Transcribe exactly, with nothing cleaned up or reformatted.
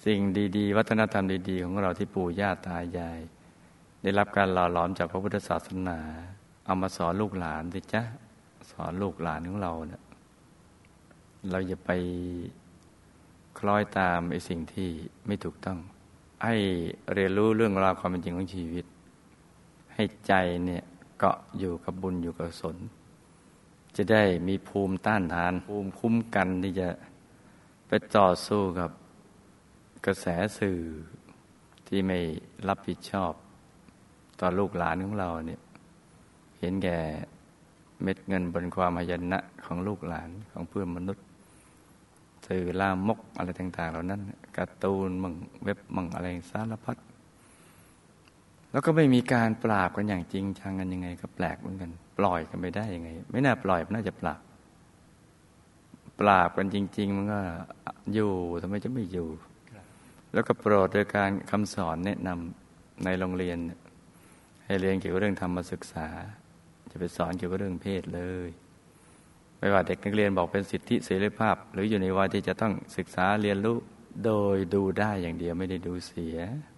สิ่งดีๆวัฒนธรรมดีๆของเราที่ปู่ย่าตายายได้รับการหล่อหลอมจากพระพุทธศาสนาเอามาสอนลูกหลานสิจ๊ะสอนลูกหลานของเราเนี่ยเราอย่าไปคล้อยตามไอ้สิ่งที่ไม่ถูกต้องให้เรียนรู้เรื่องราวความเป็นจริงของชีวิตให้ใจเนี่ยเกาะอยู่กับบุญอยู่กับกุศลจะได้มีภูมิต้านทานภูมิคุ้มกันที่จะไปต่อสู้กับกระแสสื่อที่ไม่รับผิดชอบต่อลูกหลานของเราเนี่ยเห็นแก่เม็ดเงินบนความหายนะของลูกหลานของเพื่อนมนุษย์สื่อลามกอะไรต่างๆเหล่านั้นการ์ตูนมั่งเว็บมั่งอะไรสารพัดแล้วก็ไม่มีการปราบกันอย่างจริงจังกันยังไงก็แปลกเหมือนกันปล่อยกันไปได้ยังไงไม่น่าปล่อยน่าจะปราบปราบกันจริงๆมันก็อยู่ทำไมจะไม่อยู่แล้วก็โปรดโดยการคำสอนแนะนำในโรงเรียนให้เรียนเกี่ยวกับเรื่องธรรมศึกษาจะไปสอนเกี่ยวกับเรื่องเพศเลยไม่ว่าเด็กนักเรียนบอกเป็นสิทธิเสรีภาพหรืออยู่ในวัยที่จะต้องศึกษาเรียนรู้โดยดูได้อย่างเดียวไม่ได้ดูเสีย